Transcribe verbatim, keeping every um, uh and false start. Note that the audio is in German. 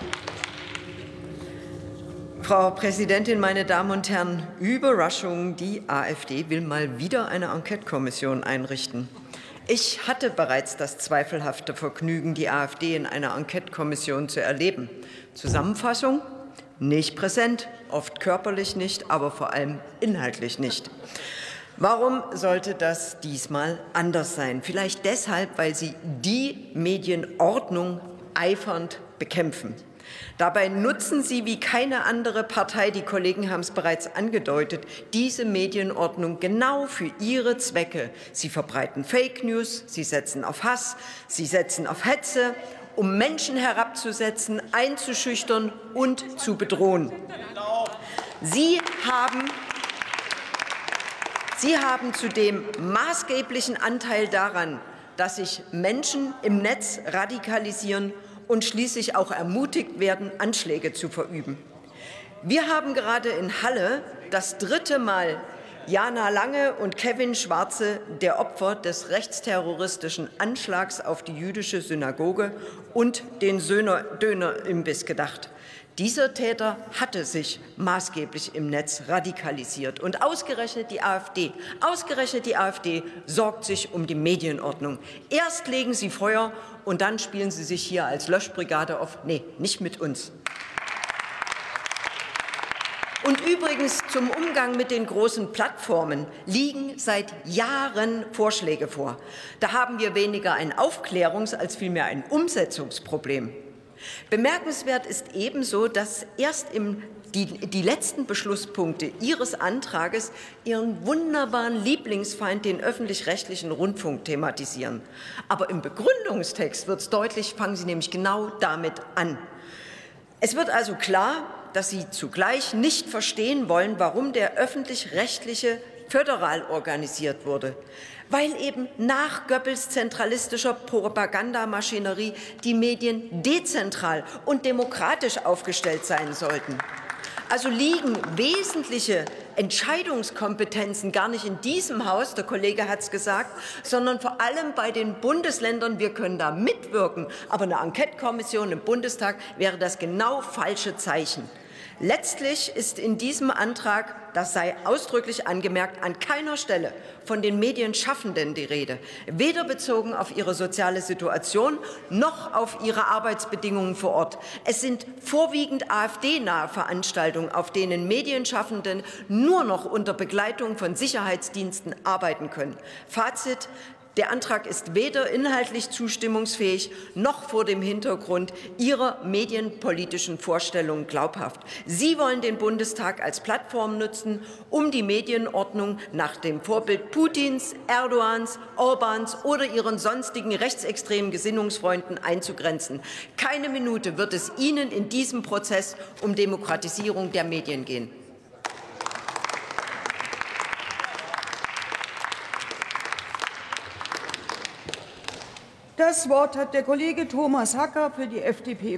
Frau Präsidentin, meine Damen und Herren! Überraschung, die AfD will mal wieder eine Enquete-Kommission einrichten. Ich hatte bereits das zweifelhafte Vergnügen, die AfD in einer Enquete-Kommission zu erleben. Zusammenfassung: Nicht präsent, oft körperlich nicht, aber vor allem inhaltlich nicht. Warum sollte das diesmal anders sein? Vielleicht deshalb, weil Sie die Medienordnung eifernd bekämpfen. Dabei nutzen Sie wie keine andere Partei, die Kollegen haben es bereits angedeutet, diese Medienordnung genau für Ihre Zwecke. Sie verbreiten Fake News, Sie setzen auf Hass, Sie setzen auf Hetze, um Menschen herabzusetzen, einzuschüchtern und zu bedrohen. Sie haben Sie haben zudem maßgeblichen Anteil daran, dass sich Menschen im Netz radikalisieren und schließlich auch ermutigt werden, Anschläge zu verüben. Wir haben gerade in Halle das dritte Mal Jana Lange und Kevin Schwarze, der Opfer des rechtsterroristischen Anschlags auf die jüdische Synagoge und den Dönerimbiss, gedacht. Dieser Täter hatte sich maßgeblich im Netz radikalisiert. Und ausgerechnet die AfD, ausgerechnet die AfD sorgt sich um die Medienordnung. Erst legen Sie Feuer und dann spielen Sie sich hier als Löschbrigade auf. Nee, nicht mit uns. Und übrigens zum Umgang mit den großen Plattformen liegen seit Jahren Vorschläge vor. Da haben wir weniger ein Aufklärungs- als vielmehr ein Umsetzungsproblem. Bemerkenswert ist ebenso, dass erst im, die, die letzten Beschlusspunkte Ihres Antrages Ihren wunderbaren Lieblingsfeind, den öffentlich-rechtlichen Rundfunk, thematisieren. Aber im Begründungstext wird es deutlich, fangen Sie nämlich genau damit an. Es wird also klar, dass Sie zugleich nicht verstehen wollen, warum der öffentlich-rechtliche föderal organisiert wurde, weil eben nach Goebbels zentralistischer Propagandamaschinerie die Medien dezentral und demokratisch aufgestellt sein sollten. Also liegen wesentliche Entscheidungskompetenzen gar nicht in diesem Haus, der Kollege hat es gesagt, sondern vor allem bei den Bundesländern. Wir können da mitwirken, aber eine Enquete-Kommission im Bundestag wäre das genau falsche Zeichen. Letztlich ist in diesem Antrag, das sei ausdrücklich angemerkt, an keiner Stelle von den Medienschaffenden die Rede, weder bezogen auf ihre soziale Situation noch auf ihre Arbeitsbedingungen vor Ort. Es sind vorwiegend AfD-nahe Veranstaltungen, auf denen Medienschaffenden nur noch unter Begleitung von Sicherheitsdiensten arbeiten können. Fazit: Der Antrag ist weder inhaltlich zustimmungsfähig noch vor dem Hintergrund Ihrer medienpolitischen Vorstellungen glaubhaft. Sie wollen den Bundestag als Plattform nutzen, um die Medienordnung nach dem Vorbild Putins, Erdogans, Orbáns oder ihren sonstigen rechtsextremen Gesinnungsfreunden einzugrenzen. Keine Minute wird es Ihnen in diesem Prozess um Demokratisierung der Medien gehen. Das Wort hat der Kollege Thomas Hacker für die F D P.